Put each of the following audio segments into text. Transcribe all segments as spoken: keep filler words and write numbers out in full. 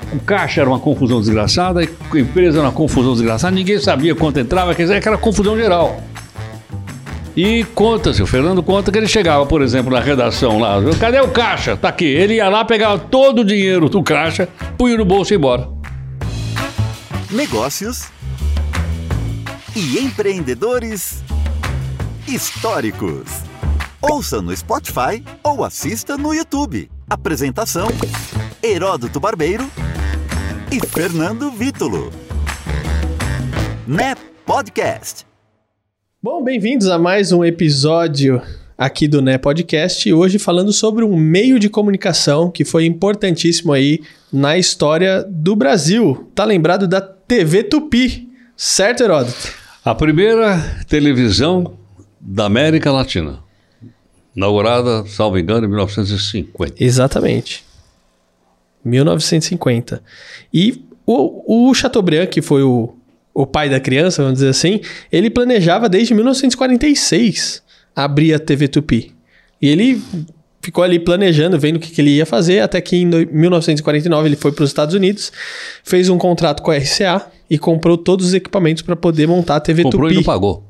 o caixa era uma confusão desgraçada, a empresa era uma confusão desgraçada, ninguém sabia quanto entrava, quer dizer, aquela confusão geral. E conta-se, o Fernando conta que ele chegava, por exemplo, na redação lá, cadê o caixa? Tá aqui. Ele ia lá, pegava todo o dinheiro do caixa, punha no bolso e ia embora. Negócios e empreendedores históricos. Ouça no Spotify ou assista no YouTube. Apresentação: Heródoto Barbeiro e Fernando Vítulo. Né Podcast. Bom, bem-vindos a mais um episódio aqui do Né Podcast, hoje falando sobre um meio de comunicação que foi importantíssimo aí na história do Brasil. Tá lembrado da T V Tupi, certo, Heródoto? A primeira televisão da América Latina, inaugurada, salvo engano, em mil novecentos e cinquenta. Exatamente, mil novecentos e cinquenta. E o, o Chateaubriand, que foi o o pai da criança, vamos dizer assim, ele planejava desde mil novecentos e quarenta e seis abrir a T V Tupi. E ele ficou ali planejando, vendo o que, que ele ia fazer, até que em mil novecentos e quarenta e nove ele foi para os Estados Unidos, fez um contrato com a R C A e comprou todos os equipamentos para poder montar a T V comprou Tupi. Comprou e não pagou.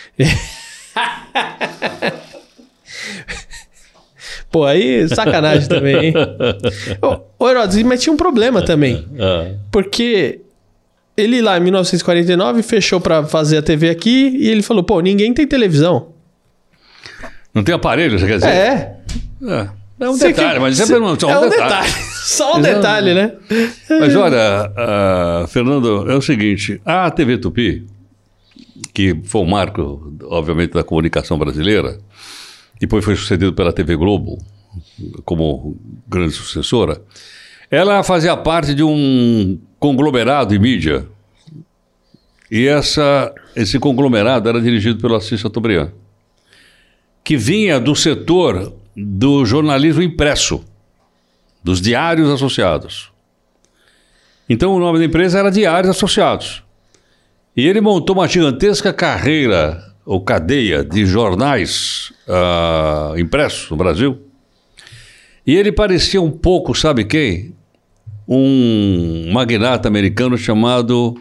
Pô, aí sacanagem também, hein? Ô, ô Heródoto, mas tinha um problema também. Porque ele lá em mil novecentos e quarenta e nove fechou pra fazer a T V aqui e ele falou, pô, ninguém tem televisão. Não tem aparelho, você quer dizer? É. É, é um Cê detalhe, que... mas isso é, Cê... Não, só um, é um detalhe. detalhe. Só um detalhe, né? Mas olha, uh, Fernando, é o seguinte, a T V Tupi, que foi um marco, obviamente, da comunicação brasileira, depois foi sucedido pela T V Globo como grande sucessora, ela fazia parte de um conglomerado de mídia. E essa, esse conglomerado era dirigido pelo Assis Chateaubriand, que vinha do setor do jornalismo impresso, dos diários associados. Então o nome da empresa era Diários Associados. E ele montou uma gigantesca carreira, ou cadeia, de jornais uh, impressos no Brasil. E ele parecia um pouco, sabe quem? Um magnata americano chamado...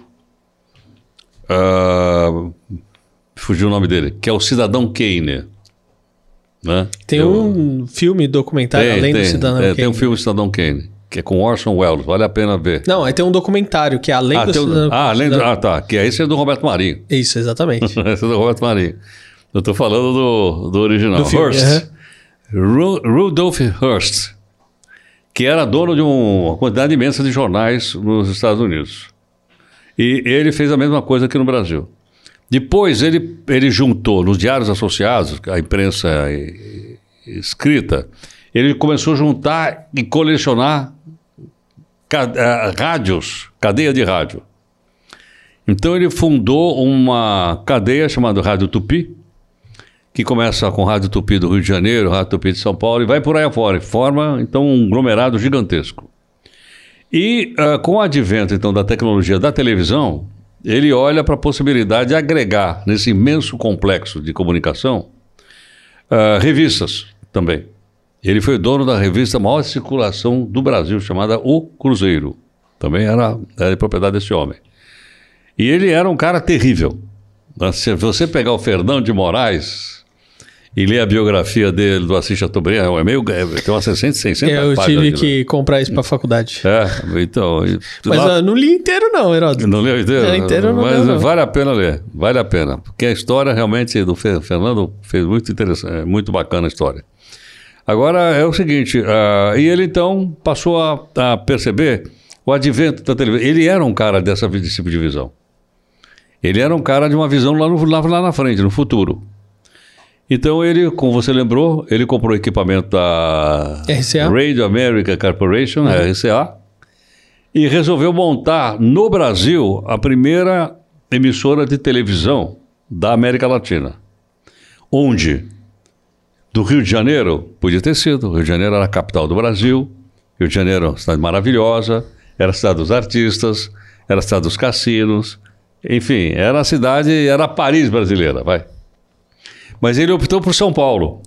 Uh, fugiu o nome dele, que é o Cidadão Kane. Né? Tem Eu, um filme documentário tem, além tem, do Cidadão é, Kane. Tem um filme Cidadão Kane, que é com Orson Welles, vale a pena ver. Não, aí tem um documentário que é além ah, do Cidadão Kane. Ah, além do, Cidadão... ah, tá, que esse é do Roberto Marinho. Isso, exatamente. Esse é do Roberto Marinho. Eu tô falando do, do original. Do filme, Hearst. Ru, Rudolph Hearst, que era dono de um, uma quantidade imensa de jornais nos Estados Unidos. E ele fez a mesma coisa aqui no Brasil. Depois ele, ele juntou nos diários associados, a imprensa escrita, ele começou a juntar e colecionar ca- rádios, cadeia de rádio. Então ele fundou uma cadeia chamada Rádio Tupi, que começa com Rádio Tupi do Rio de Janeiro, Rádio Tupi de São Paulo, e vai por aí afora, e forma então um aglomerado gigantesco. E uh, com o advento então da tecnologia da televisão, ele olha para a possibilidade de agregar nesse imenso complexo de comunicação uh, revistas também. Ele foi dono da revista maior circulação do Brasil, chamada O Cruzeiro. Também era, era de propriedade desse homem. E ele era um cara terrível. Se você pegar o Fernão de Moraes e ler a biografia dele, do Assis Chateaubriand, é meio, é, tem umas seiscentas, seiscentas Eu páginas. tive que comprar isso para a faculdade. É, então... Mas lá, eu não li inteiro não, Heródoto. Não leu inteiro? É, inteiro não Mas leu, não. Vale a pena ler, vale a pena. Porque a história realmente do Fernando fez muito interessante, muito bacana a história. Agora é o seguinte, uh, e ele então passou a, a perceber o advento da televisão. Ele era um cara dessa, desse tipo de visão. Ele era um cara de uma visão lá, no, lá, lá na frente, no futuro. Então ele, como você lembrou, ele comprou equipamento da R C A. Radio America Corporation, uhum. R C A, e resolveu montar no Brasil a primeira emissora de televisão da América Latina. Onde? Do Rio de Janeiro? Podia ter sido. O Rio de Janeiro era a capital do Brasil, Rio de Janeiro é uma cidade maravilhosa, era a cidade dos artistas, era a cidade dos cassinos, enfim, era a cidade, era a Paris brasileira, vai. Mas ele optou por São Paulo,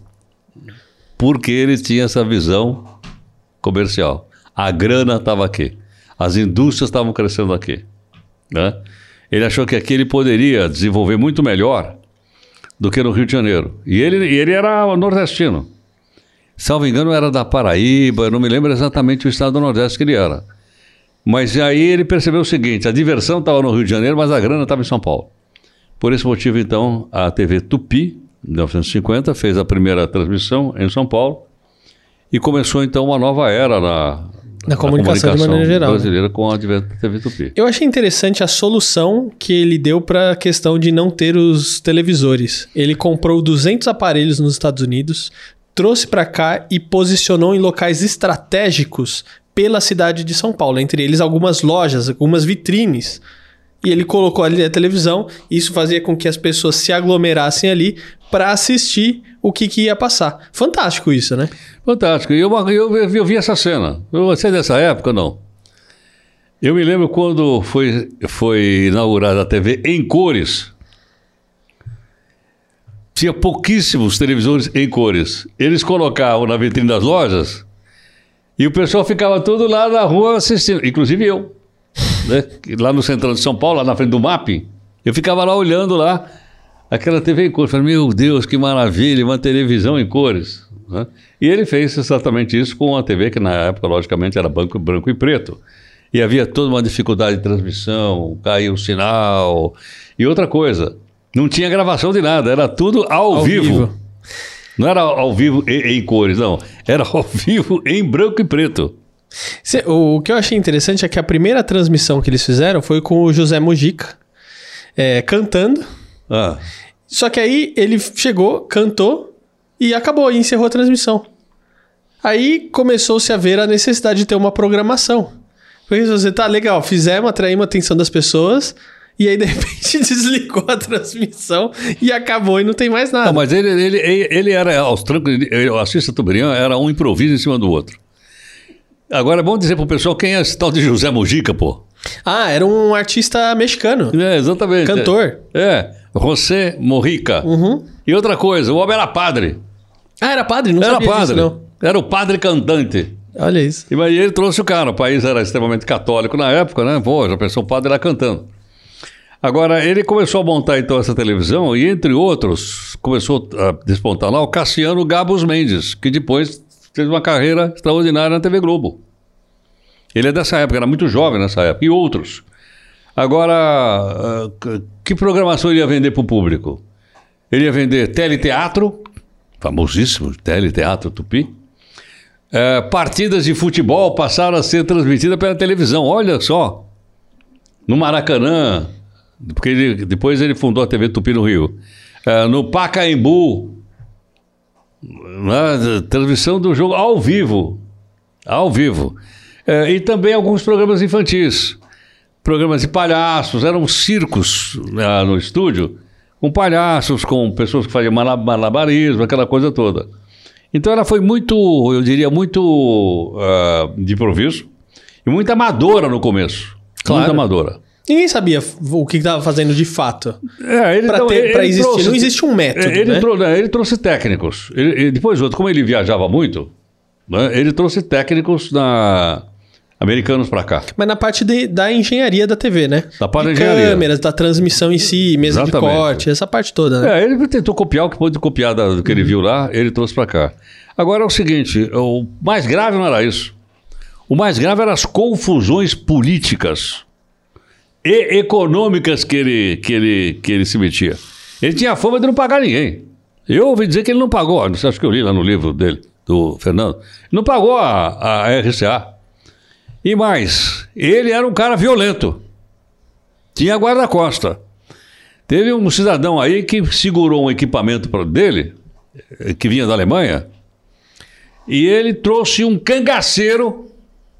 porque ele tinha essa visão comercial. A grana estava aqui. As indústrias estavam crescendo aqui, né? Ele achou que aqui ele poderia desenvolver muito melhor do que no Rio de Janeiro. E ele, ele era nordestino. Salvo engano, era da Paraíba, eu não me lembro exatamente o estado do Nordeste que ele era. Mas aí ele percebeu o seguinte, a diversão estava no Rio de Janeiro, mas a grana estava em São Paulo. Por esse motivo, então, a T V Tupi, em mil novecentos e cinquenta, fez a primeira transmissão em São Paulo e começou, então, uma nova era na... Na comunicação, comunicação de maneira geral, brasileira, né? Com a T V Tupi. Eu achei interessante a solução que ele deu para a questão de não ter os televisores. Ele comprou duzentos aparelhos nos Estados Unidos, trouxe para cá e posicionou em locais estratégicos pela cidade de São Paulo. Entre eles, algumas lojas, algumas vitrines. E ele colocou ali a televisão. Isso fazia com que as pessoas se aglomerassem ali para assistir o que, que ia passar. Fantástico isso, né? Fantástico. E eu, eu, eu, eu vi essa cena. Você é dessa época, não? Eu me lembro quando foi, foi inaugurada a T V em cores. Tinha pouquíssimos televisores em cores. Eles colocavam na vitrine das lojas e o pessoal ficava todo lá na rua assistindo. Inclusive eu. Né? Lá no centrão de São Paulo, lá na frente do M A P, eu ficava lá olhando lá aquela T V em cores. Falei, meu Deus, que maravilha, uma televisão em cores. Né? E ele fez exatamente isso com a T V que na época, logicamente, era branco, branco e preto. E havia toda uma dificuldade de transmissão, caiu o sinal. E outra coisa, não tinha gravação de nada, era tudo ao, ao vivo. vivo. Não era ao vivo em, em cores, não. Era ao vivo em branco e preto. Cê, o, o que eu achei interessante é que a primeira transmissão que eles fizeram foi com o José Mujica, é, cantando. Ah. Só que aí ele chegou, cantou e acabou, e encerrou a transmissão. Aí começou-se a ver a necessidade de ter uma programação. Porque você tá legal, fizemos, atraímos a atenção das pessoas, e aí de repente desligou a transmissão e acabou e não tem mais nada. Não, mas ele, ele, ele, ele era aos trancos, ele, o Assis Chateaubriand era um improviso em cima do outro. Agora é bom dizer pro pessoal quem é esse tal de José Mujica, pô. Ah, era um artista mexicano. É, exatamente. Cantor. É, é. José Mujica. Uhum. E outra coisa, o homem era padre. Ah, era padre? Não era sabia padre. disso, não. Era o padre cantante. Olha isso. E aí ele trouxe o cara. O país era extremamente católico na época, né? Pô, já pensou o padre lá cantando. Agora, ele começou a montar então essa televisão e, entre outros, começou a despontar lá o Cassiano Gabos Mendes, que depois fez uma carreira extraordinária na T V Globo. Ele é dessa época, era muito jovem nessa época. E outros. Agora, uh, que programação ele ia vender para o público? Ele ia vender teleteatro, famosíssimo teleteatro Tupi. Uh, partidas de futebol passaram a ser transmitidas pela televisão. Olha só. No Maracanã, porque ele, depois ele fundou a T V Tupi no Rio. Uh, no Pacaembu, na transmissão do jogo ao vivo. Ao vivo. É, e também alguns programas infantis, programas de palhaços, eram circos, né, no estúdio, com palhaços, com pessoas que faziam malabarismo, aquela coisa toda. Então ela foi muito, eu diria, muito uh, de improviso e muito amadora no começo. Claro. Muito amadora. Ninguém sabia o que estava fazendo de fato. É, ele, para então, ter, ele existir. Trouxe, não existe um método, ele, né? trouxe, ele trouxe técnicos. Ele, ele, depois, outro, como ele viajava muito, né, ele trouxe técnicos na... americanos para cá. Mas na parte de, da engenharia da T V, né? Da parte de da engenharia. Câmeras, da transmissão em si, mesa Exatamente. de corte, essa parte toda, né? É, ele tentou copiar o que pôde copiar da, do que ele viu lá, ele trouxe para cá. Agora é o seguinte, o mais grave não era isso. O mais grave eram as confusões políticas e econômicas que ele, que ele, que ele se metia. Ele tinha a fama de não pagar ninguém. Eu ouvi dizer que ele não pagou, não sei, acho que eu li lá no livro dele, do Fernando, não pagou a, a R C A. E mais, ele era um cara violento. Tinha guarda-costa. Teve um cidadão aí que segurou um equipamento dele, que vinha da Alemanha, e ele trouxe um cangaceiro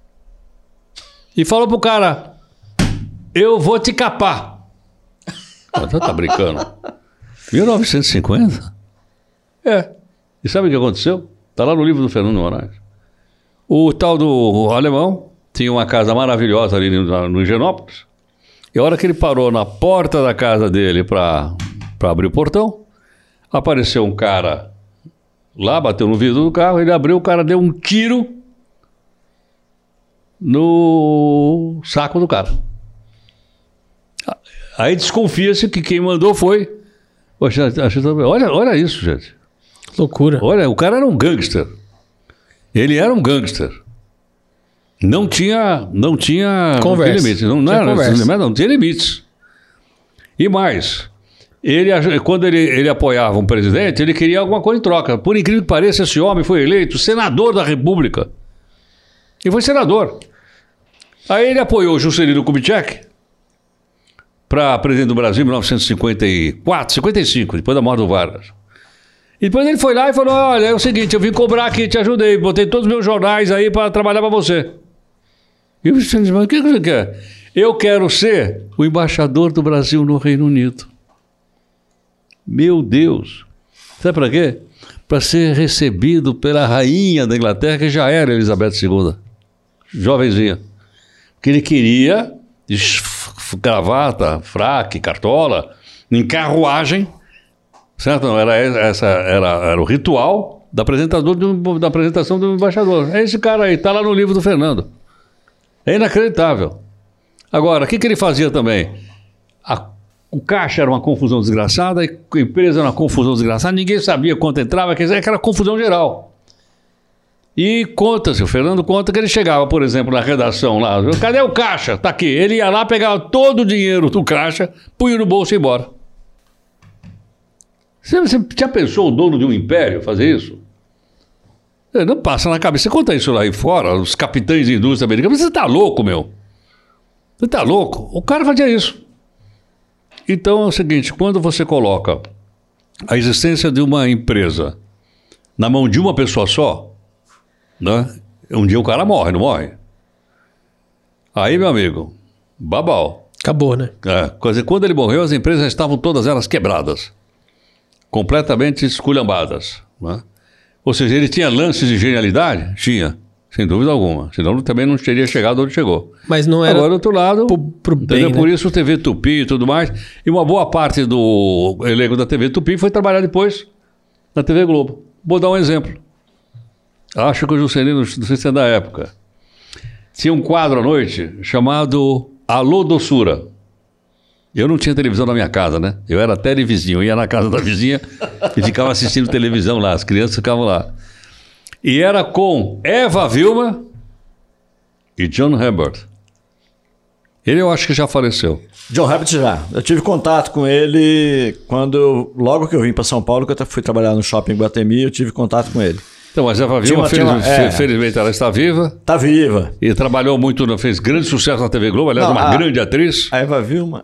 e falou pro cara, eu vou te capar. Você tá brincando? mil novecentos e cinquenta? É. E sabe o que aconteceu? Tá lá no livro do Fernando Moraes. O tal do alemão tinha uma casa maravilhosa ali no, no Higienópolis. E a hora que ele parou na porta da casa dele para abrir o portão, apareceu um cara lá, bateu no vidro do carro, ele abriu, o cara deu um tiro no saco do cara. Aí desconfia-se que quem mandou foi... Poxa, olha, olha isso, gente. Loucura. Olha, o cara era um gangster. Ele era um gangster. Não tinha... Não tinha... Conversa. Não tinha limites. Não, não, tinha era, conversa. não, não tinha limites. E mais... Ele, quando ele, ele apoiava um presidente, ele queria alguma coisa em troca. Por incrível que pareça, esse homem foi eleito senador da República. E foi senador. Aí ele apoiou Juscelino Kubitschek para presidente do Brasil em mil novecentos e cinquenta e quatro, cinquenta e cinco, depois da morte do Vargas. E depois ele foi lá e falou, olha, é o seguinte, eu vim cobrar aqui, te ajudei, botei todos os meus jornais aí para trabalhar para você. E o Juscelino disse, mas o que você quer? Eu quero ser o embaixador do Brasil no Reino Unido. Meu Deus! Sabe para quê? Para ser recebido pela rainha da Inglaterra, que já era Elizabeth segunda. Jovenzinha. Porque ele queria gravata, fraque, cartola, em carruagem, certo? Não, era, essa, era, era o ritual da, apresentador do, da apresentação do embaixador. É esse cara aí, está lá no livro do Fernando. É inacreditável. Agora, o que, que ele fazia também? A O caixa era uma confusão desgraçada, a empresa era uma confusão desgraçada, ninguém sabia quanto entrava, quer dizer, aquela confusão geral. E conta-se, o Fernando conta que ele chegava, por exemplo, na redação lá, cadê o caixa? Tá aqui. Ele ia lá, pegava todo o dinheiro do caixa, punha no bolso e ia embora. Você, você já pensou o dono de um império fazer isso? Não passa na cabeça. Você conta isso lá aí fora, os capitães de indústria americana, você tá louco, meu? Você tá louco? O cara fazia isso. Então é o seguinte, quando você coloca a existência de uma empresa na mão de uma pessoa só, né? Um dia o cara morre, não morre? Aí, meu amigo, babau. Acabou, né? É, quando ele morreu, as empresas estavam todas elas quebradas, completamente esculhambadas, né? Ou seja, ele tinha lances de genialidade? Tinha. Sem dúvida alguma. Senão também não teria chegado onde chegou. Mas não era... Agora, do outro lado, pro, pro bem, né? Por isso T V Tupi e tudo mais. E uma boa parte do elenco da T V Tupi foi trabalhar depois na T V Globo. Vou dar um exemplo. Acho que o Juscelino, não sei se é da época, tinha um quadro à noite chamado Alô Doçura. Eu não tinha televisão na minha casa, né? Eu era televizinho. Eu ia na casa da vizinha e ficava assistindo televisão lá. As crianças ficavam lá. E era com Eva Vilma e John Herbert. Ele eu acho que já faleceu. John Herbert já. Eu tive contato com ele quando eu, logo que eu vim para São Paulo, que eu fui trabalhar no shopping Guatemi, eu tive contato com ele. Então, mas Eva Vilma, feliz, uma, é, felizmente, ela está viva. Está viva. E trabalhou muito, fez grande sucesso na T V Globo, aliás, Não, uma a, grande atriz. A Eva Vilma...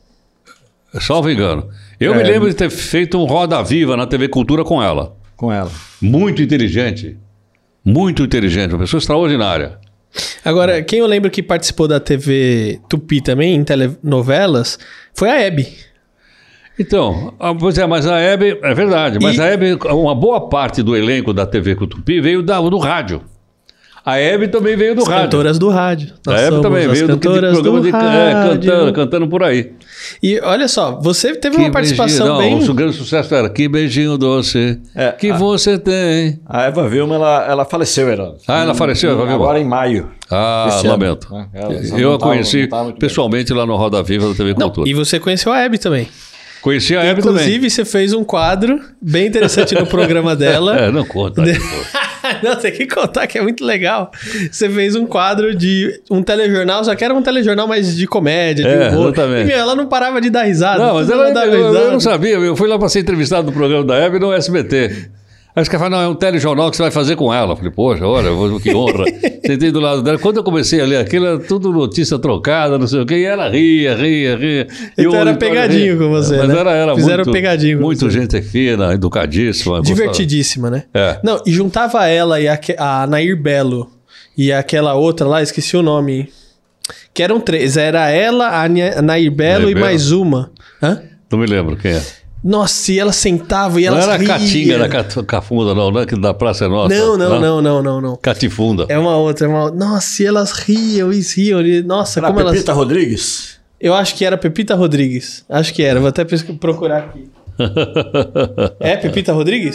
Salvo engano. Eu é, me lembro de ter feito um Roda Viva na T V Cultura com ela. Com ela. Muito inteligente. Muito inteligente, uma pessoa extraordinária. Agora, quem eu lembro que participou da T V Tupi também, em telenovelas, foi a Hebe. Então, pois é, mas a Hebe, é verdade, mas e... a Hebe, uma boa parte do elenco da T V Tupi veio da, do rádio. A Hebe também veio do as rádio. Cantoras do rádio. Nós a Hebe também veio do, de programa de, é, cantando, cantando por aí. E olha só, você teve que uma participação beijinho, bem... Não, o grande sucesso era Que beijinho doce é, que a, você tem. A Eva Vilma, ela, ela faleceu, era. Ah, ela faleceu? Eva Vilma? Agora em maio. Ah, lamento. Ano, né? ela, Eu a conheci tava, pessoalmente bem. Lá no Roda Viva da T V Cultura. Não, e você conheceu a Hebe também. Conheci a Hebe também. Inclusive, você fez um quadro bem interessante no programa dela. É, não conta. Não, tem que contar que é muito legal. Você fez um quadro de um telejornal, só que era um telejornal mais de comédia, de é, humor. Exatamente. E, meu, ela não parava de dar risada. Não, mas ela, ela eu, risada. eu não sabia. Eu fui lá para ser entrevistado no programa da Hebe no S B T. Aí os caras falaram, não, é um telejornal que você vai fazer com ela. Eu falei, poxa, olha, que honra. Sentei do lado dela. Quando eu comecei a ler aquilo, era tudo notícia trocada, não sei o quê. E ela ria, ria, ria. Então era pegadinho ria. com você, Mas né? Era, era Fizeram muito, pegadinho com muito você. gente fina, educadíssima. Divertidíssima, né? É. Não, e juntava ela e a, a Nair Belo e aquela outra lá, esqueci o nome. Que eram três. Era ela, a Nair Belo Nair e Belo. mais uma. Hã? Não me lembro quem é. Nossa, e ela sentava e ela Não era riam. Catinga da Cafunda, não, não é que da Praça é Nossa. Não, não, não, não, não, não. Catifunda. É uma outra, é uma... Nossa, e elas riam e riam. E... Nossa, era como elas... Pepita Rodrigues? Eu acho que era Pepita Rodrigues. Acho que era, vou até procurar aqui. É Pepita Rodrigues?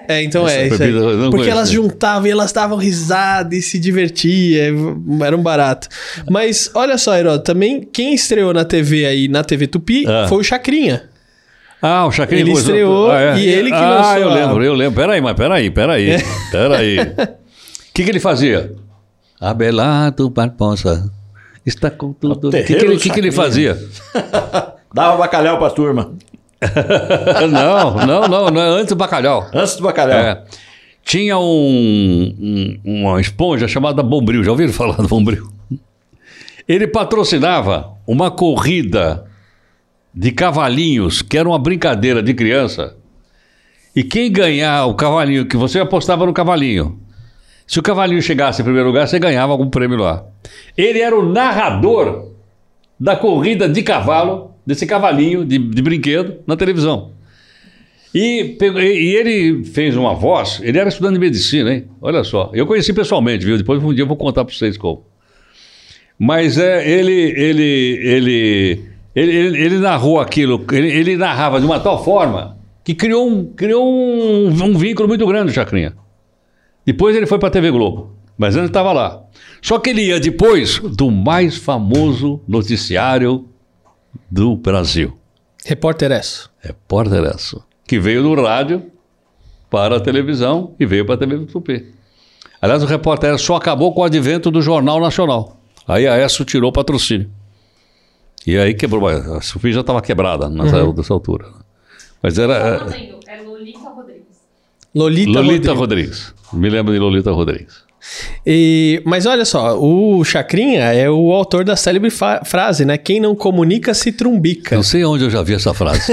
É, então é, isso aí. Porque elas juntavam e elas davam risada e se divertiam, era um barato. Mas olha só, Heródoto, também quem estreou na T V aí, na T V Tupi, ah. foi o Chacrinha. Ah, o Chacrinha. Ele estreou ah, é. e ele que ah, lançou. Ah, eu lembro, eu lembro. Peraí, mas peraí, peraí, é. peraí. O que que ele fazia? Abelardo Barbosa está com tudo. O que que ele, que que ele fazia? Dava bacalhau pra turma. não, não, não, não é antes do bacalhau. Antes do bacalhau. É. Tinha um, um, uma esponja chamada Bombril. Já ouviram falar do Bombril? Ele patrocinava uma corrida de cavalinhos, que era uma brincadeira de criança. E quem ganhar o cavalinho, que você apostava no cavalinho. Se o cavalinho chegasse em primeiro lugar, você ganhava algum prêmio lá. Ele era o narrador da corrida de cavalo, desse cavalinho de, de brinquedo, na televisão. E, e ele fez uma voz, ele era estudante de medicina, hein? Olha só, eu conheci pessoalmente, viu? Depois um dia eu vou contar para vocês como. Mas é, ele, ele, ele, ele, ele, ele narrou aquilo, ele, ele narrava de uma tal forma que criou um, criou um, um vínculo muito grande, Chacrinha. Depois ele foi para a T V Globo, mas antes estava lá. Só que ele ia depois do mais famoso noticiário do Brasil. Repórter Esso. Repórter Esso. Que veio do rádio para a televisão e veio para a T V Tupi. Aliás, o Repórter Esso só acabou com o advento do Jornal Nacional. Aí a Esso tirou o patrocínio. E aí quebrou. A Tupi já estava quebrada nessa, uhum. nessa altura. Mas era... É Lolita Rodrigues. Lolita, Lolita Rodrigues. Rodrigues. Me lembro de Lolita Rodrigues. E, mas olha só, o Chacrinha é o autor da célebre fa- frase, né? Quem não comunica se trumbica. Não sei onde eu já vi essa frase.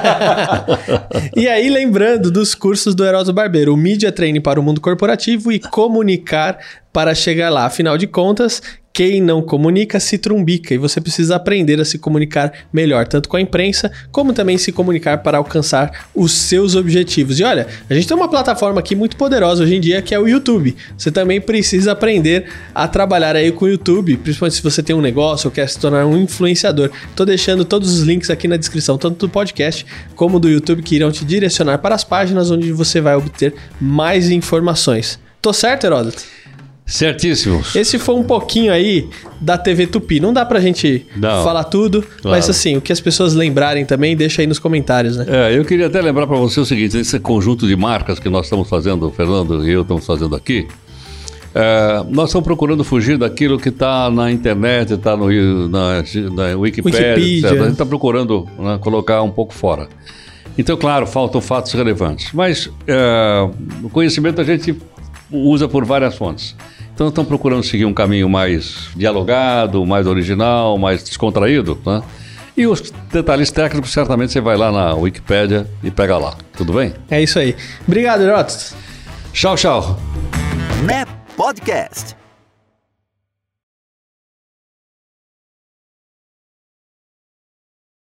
E aí, lembrando dos cursos do Heródoto Barbeiro, o Media Training para o mundo corporativo e comunicar para chegar lá. Afinal de contas, quem não comunica se trumbica e você precisa aprender a se comunicar melhor, tanto com a imprensa, como também se comunicar para alcançar os seus objetivos. E olha, a gente tem uma plataforma aqui muito poderosa hoje em dia, que é o YouTube. Você também precisa aprender a trabalhar aí com o YouTube, principalmente se você tem um negócio ou quer se tornar um influenciador. Estou deixando todos os links aqui na descrição, tanto do podcast como do YouTube, que irão te direcionar para as páginas onde você vai obter mais informações. Tô certo, Heródoto? Certíssimo. Esse foi um pouquinho aí da T V Tupi. Não dá pra gente Não. falar tudo, claro. Mas assim, o que as pessoas lembrarem também, deixa aí nos comentários, né? É, eu queria até lembrar pra você o seguinte, esse conjunto de marcas que nós estamos fazendo, o Fernando e eu estamos fazendo aqui, é, nós estamos procurando fugir daquilo que está na internet, está na, na Wikipedia, Wikipedia. etcétera. A gente está procurando, né, colocar um pouco fora. Então, claro, faltam fatos relevantes, mas é, o conhecimento a gente usa por várias fontes. Então, estão procurando seguir um caminho mais dialogado, mais original, mais descontraído, né? E os detalhes técnicos, certamente você vai lá na Wikipédia e pega lá. Tudo bem? É isso aí. Obrigado, Heródoto. Tchau, tchau. N E P Podcast.